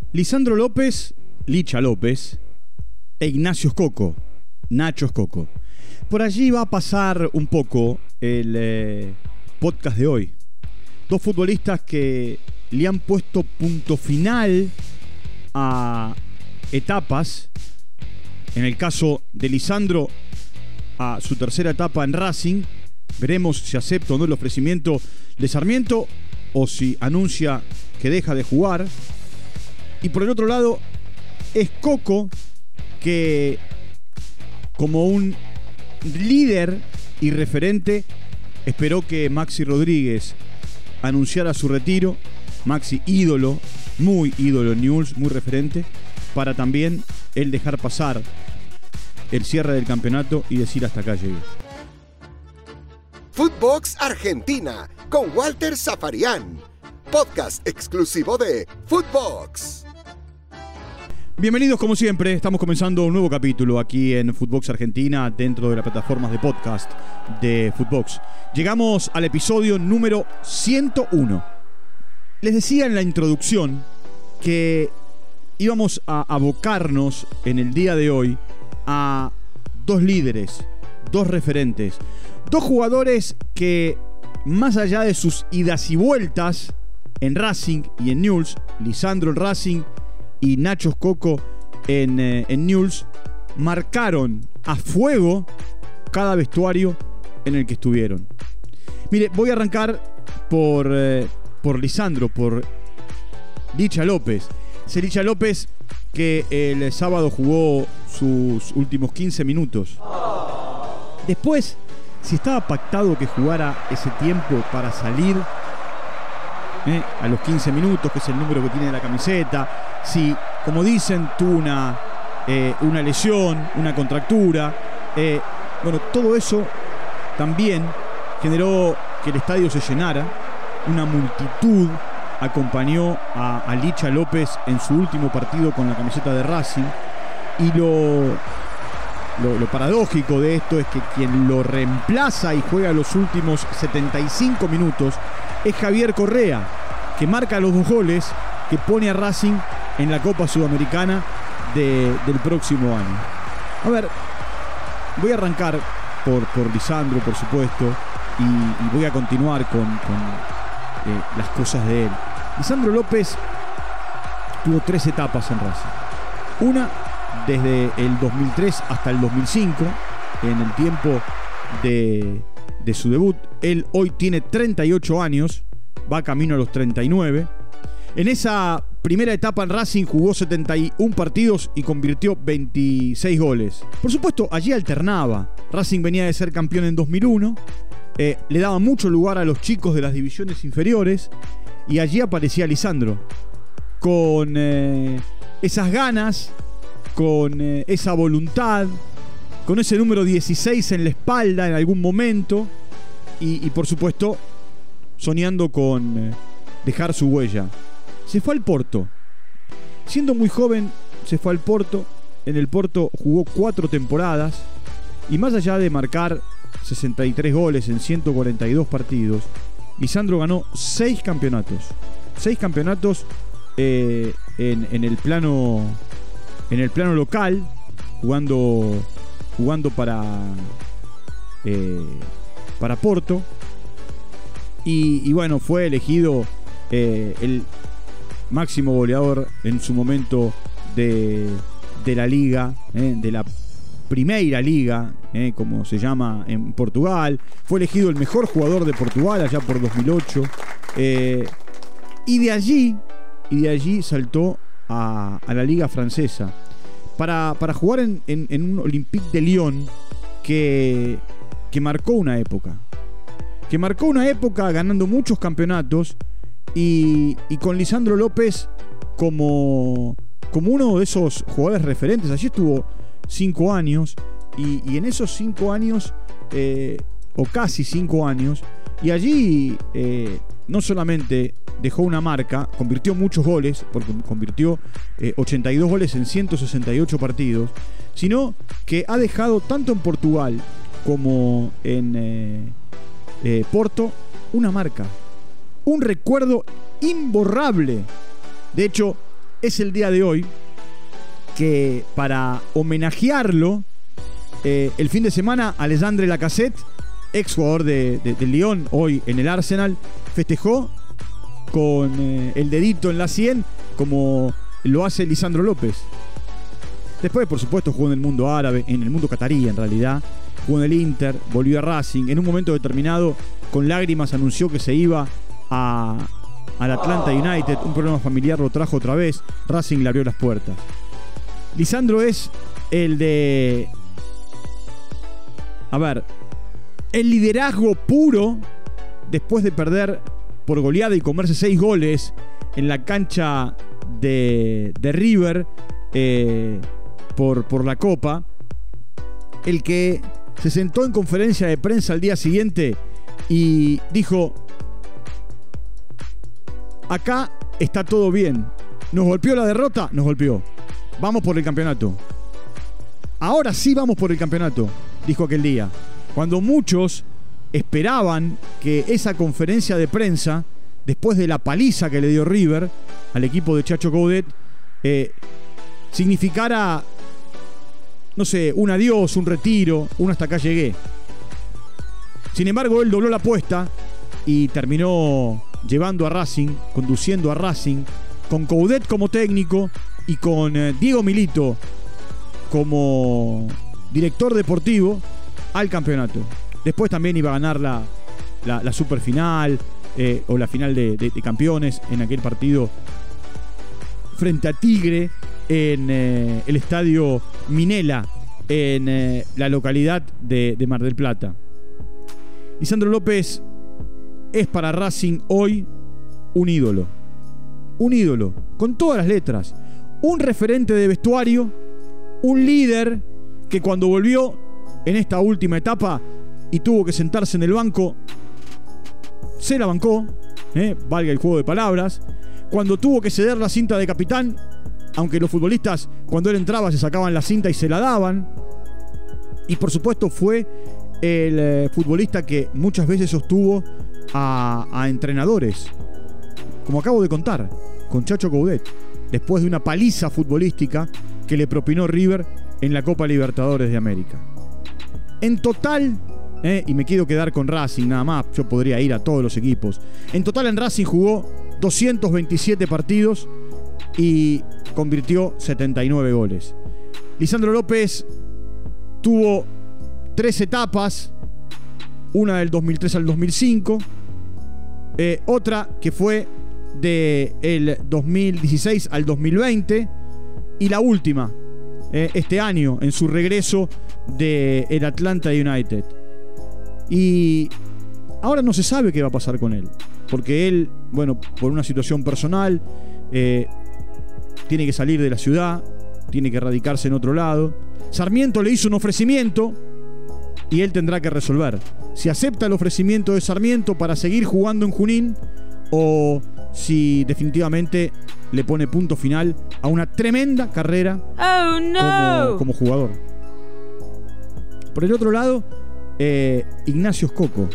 Lisandro López, Licha López e Ignacio Scocco, Nacho Scocco. Por allí va a pasar un poco el podcast de hoy. Dos futbolistas que le han puesto punto final a etapas. En el caso de Lisandro, a su tercera etapa en Racing. Veremos si acepta o no el ofrecimiento de Sarmiento o si anuncia que deja de jugar. Y por el otro lado, Scocco, que como un líder y referente esperó que Maxi Rodríguez anunciara su retiro. Maxi, ídolo, muy ídolo en Newell's, muy referente, para también él dejar pasar el cierre del campeonato y decir hasta acá llegué. Footbox Argentina con Walter Zafarian, podcast exclusivo de Footbox. Bienvenidos como siempre, estamos comenzando un nuevo capítulo aquí en Footbox Argentina dentro de las plataformas de podcast de Footbox. Llegamos al episodio número 101. Les decía en la introducción que íbamos a abocarnos en el día de hoy a dos líderes, dos referentes, dos jugadores que más allá de sus idas y vueltas en Racing y en Newell's, Lisandro en Racing y Nacho Scocco en Newell's, marcaron a fuego cada vestuario en el que estuvieron. Mire, voy a arrancar por Lisandro, por Licha López. Ese Licha López que el sábado jugó sus últimos 15 minutos. Después, si estaba pactado que jugara ese tiempo para salir a los 15 minutos, que es el número que tiene la camiseta, si, como dicen, tuvo una lesión, una contractura, bueno, todo eso también generó que el estadio se llenara. Una multitud acompañó a Licha López en su último partido con la camiseta de Racing. Y lo paradójico de esto es que quien lo reemplaza y juega los últimos 75 minutos es Javier Correa, que marca los dos goles que pone a Racing en la Copa Sudamericana del próximo año. A ver, voy a arrancar por Lisandro, por supuesto, y voy a continuar con las cosas de él. Lisandro López tuvo 3 etapas en Racing. Una desde el 2003 hasta el 2005, en el tiempo de su debut. Él hoy tiene 38 años, va camino a los 39. En esa primera etapa en Racing jugó 71 partidos y convirtió 26 goles. Por supuesto, allí alternaba. Racing venía de ser campeón en 2001. Le daba mucho lugar a los chicos de las divisiones inferiores. Y allí aparecía Lisandro, con esas ganas, con esa voluntad, con ese número 16 en la espalda en algún momento. Y por supuesto, soñando con dejar su huella. Se fue al Porto. Siendo muy joven, se fue al Porto. En el Porto jugó 4 temporadas. Y más allá de marcar 63 goles en 142 partidos, Lisandro ganó 6 campeonatos. 6 campeonatos en el plano local, jugando para Porto. Y bueno, fue elegido el máximo goleador en su momento de la liga, de la Primeira Liga, como se llama en Portugal. Fue elegido el mejor jugador de Portugal allá por 2008. Y de allí saltó a la liga francesa para jugar en un Olympique de Lyon que marcó una época. Que marcó una época ganando muchos campeonatos y con Lisandro López como uno de esos jugadores referentes. Allí estuvo 5 años y en esos 5 años, o casi 5 años, y allí no solamente dejó una marca, convirtió muchos goles, porque convirtió 82 goles en 168 partidos, sino que ha dejado tanto en Portugal como en Porto una marca, un recuerdo imborrable. De hecho, es el día de hoy que, para homenajearlo, el fin de semana Alexandre Lacazette, ex jugador del Lyon, hoy en el Arsenal, festejó con el dedito en la 100 como lo hace Lisandro López. Después, por supuesto, jugó en el mundo árabe, en el mundo catarí en realidad, jugó en el Inter, volvió a Racing. En un momento determinado, con lágrimas, anunció que se iba al Atlanta United. Un problema familiar lo trajo otra vez. Racing le abrió las puertas. Lisandro es el de... el liderazgo puro después de perder por goleada y comerse 6 goles en la cancha de River por la Copa. El que se sentó en conferencia de prensa al día siguiente y dijo: acá está todo bien. ¿Nos golpeó la derrota? Nos golpeó. Vamos por el campeonato. Ahora sí vamos por el campeonato, dijo aquel día. Cuando muchos esperaban que esa conferencia de prensa, después de la paliza que le dio River al equipo de Chacho Coudet, significara, no sé, un adiós, un retiro, un hasta acá llegué. Sin embargo, él dobló la apuesta y terminó llevando a Racing, conduciendo a Racing, con Coudet como técnico y con Diego Milito como director deportivo, al campeonato. Después también iba a ganar la superfinal o la final de campeones en aquel partido frente a Tigre en el estadio Minela, en la localidad de Mar del Plata. Lisandro López es para Racing hoy un ídolo. Un ídolo, con todas las letras. Un referente de vestuario, un líder que cuando volvió en esta última etapa y tuvo que sentarse en el banco, se la bancó, valga el juego de palabras. Cuando tuvo que ceder la cinta de capitán, aunque los futbolistas cuando él entraba se sacaban la cinta y se la daban. Y por supuesto fue el futbolista que muchas veces sostuvo a entrenadores, como acabo de contar, con Chacho Coudet, después de una paliza futbolística que le propinó River en la Copa Libertadores de América. En total, y me quiero quedar con Racing nada más, yo podría ir a todos los equipos. En total en Racing jugó 227 partidos y convirtió 79 goles. Lisandro López tuvo 3 etapas, una del 2003 al 2005, otra que fue del 2016 al 2020 y la última este año en su regreso del Atlanta United. Y ahora no se sabe qué va a pasar con él, porque él, bueno, por una situación personal, tiene que salir de la ciudad, tiene que radicarse en otro lado. Sarmiento le hizo un ofrecimiento y él tendrá que resolver si acepta el ofrecimiento de Sarmiento para seguir jugando en Junín o si definitivamente le pone punto final a una tremenda carrera como jugador. Por el otro lado, Ignacio Scocco,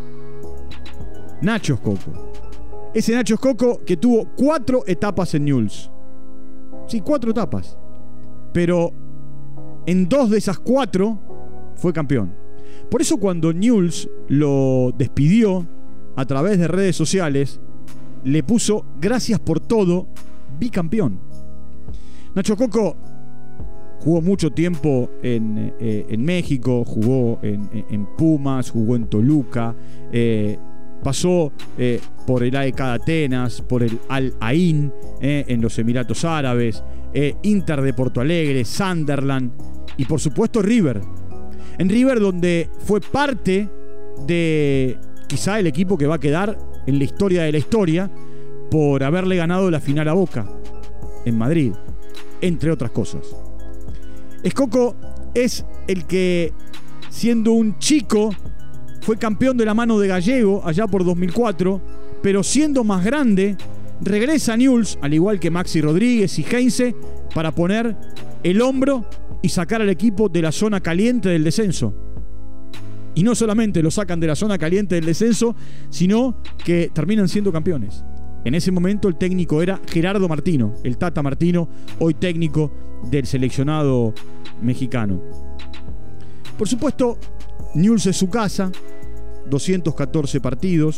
Nacho Scocco. Ese Nacho Scocco que tuvo 4 etapas en Newell's. Sí, 4 etapas. Pero en 2 de esas 4 fue campeón. Por eso cuando Newell's lo despidió a través de redes sociales, le puso gracias por todo, bicampeón. Nacho Scocco jugó mucho tiempo en México, jugó en Pumas, jugó en Toluca, pasó por el AEK de Atenas, por el Al Ain en los Emiratos Árabes, Inter de Porto Alegre, Sunderland y por supuesto River. En River, donde fue parte de quizá el equipo que va a quedar en la historia de la historia por haberle ganado la final a Boca en Madrid, entre otras cosas. Scocco es el que, siendo un chico, fue campeón de la mano de Gallego allá por 2004, pero siendo más grande, regresa a Newell's, al igual que Maxi Rodríguez y Heinze, para poner el hombro y sacar al equipo de la zona caliente del descenso. Y no solamente lo sacan de la zona caliente del descenso, sino que terminan siendo campeones. En ese momento el técnico era Gerardo Martino, el Tata Martino, hoy técnico del seleccionado mexicano. Por supuesto, Newell's es su casa, 214 partidos,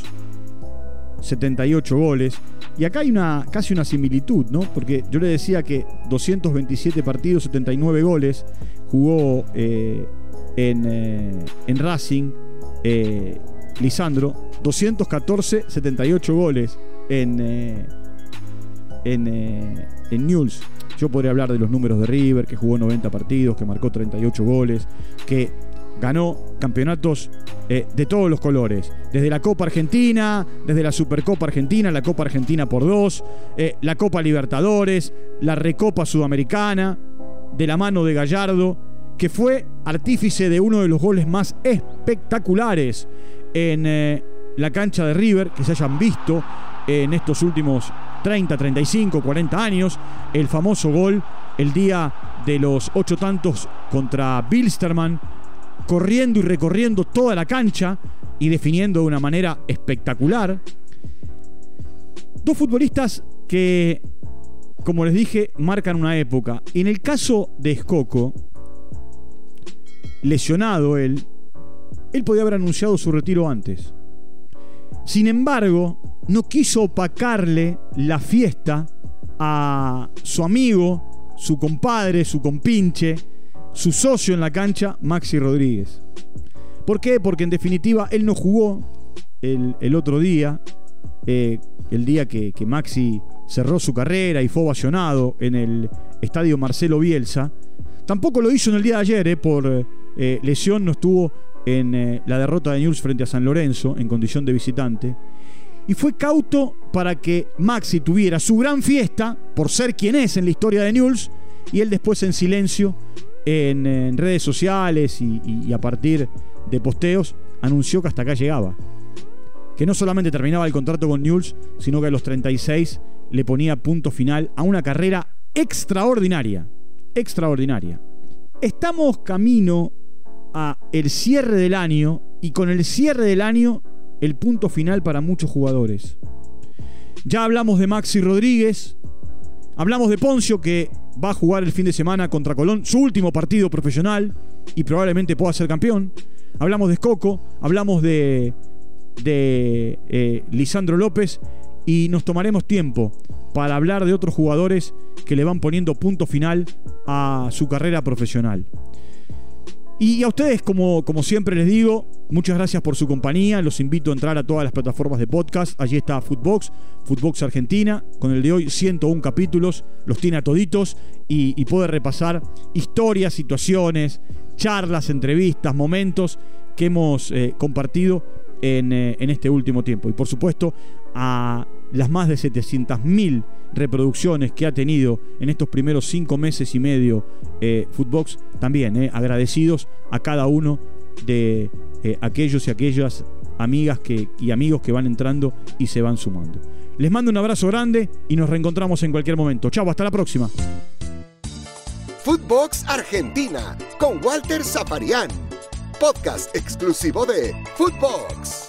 78 goles. Y acá hay casi una similitud, ¿no? Porque yo le decía que 227 partidos, 79 goles, jugó en Racing Lisandro, 214, 78 goles en Newell's. Yo podría hablar de los números de River, que jugó 90 partidos, que marcó 38 goles, que ganó campeonatos de todos los colores, desde la Copa Argentina, desde la Supercopa Argentina, la Copa Argentina por 2, la Copa Libertadores, la Recopa Sudamericana, de la mano de Gallardo, que fue artífice de uno de los goles más espectaculares en la cancha de River que se hayan visto en estos últimos 30, 35, 40 años, el famoso gol el día de los 8 tantos contra Bilsterman, corriendo y recorriendo toda la cancha y definiendo de una manera espectacular. Dos futbolistas que, como les dije, marcan una época. En el caso de Scocco, lesionado él podía haber anunciado su retiro antes. Sin embargo, no quiso opacarle la fiesta a su amigo, su compadre, su compinche, su socio en la cancha, Maxi Rodríguez. ¿Por qué? Porque en definitiva él no jugó el otro día, el día que Maxi cerró su carrera y fue ovacionado en el estadio Marcelo Bielsa. Tampoco lo hizo en el día de ayer, por lesión no estuvo en la derrota de Newell's frente a San Lorenzo en condición de visitante. Y fue cauto para que Maxi tuviera su gran fiesta por ser quien es en la historia de Newell's, y él después en silencio en redes sociales y a partir de posteos anunció que hasta acá llegaba, que no solamente terminaba el contrato con Newell's, sino que a los 36 le ponía punto final a una carrera extraordinaria. Estamos camino a el cierre del año, y con el cierre del año el punto final para muchos jugadores. Ya hablamos de Maxi Rodríguez, hablamos de Poncio, que va a jugar el fin de semana contra Colón, su último partido profesional, y probablemente pueda ser campeón. Hablamos de Scocco, hablamos de Lisandro López, y nos tomaremos tiempo para hablar de otros jugadores que le van poniendo punto final a su carrera profesional. Y a ustedes, como siempre les digo, muchas gracias por su compañía. Los invito a entrar a todas las plataformas de podcast. Allí está Footbox Argentina, con el de hoy 101 capítulos, los tiene a toditos, y puede repasar historias, situaciones, charlas, entrevistas, momentos que hemos compartido en este último tiempo. Y por supuesto, a las más de 700.000 reproducciones que ha tenido en estos primeros 5 meses y medio Footbox, también agradecidos a cada uno de aquellos y aquellas amigas y amigos que van entrando y se van sumando. Les mando un abrazo grande y nos reencontramos en cualquier momento. Chau, hasta la próxima. Footbox Argentina con Walter Safarian, podcast exclusivo de Footbox.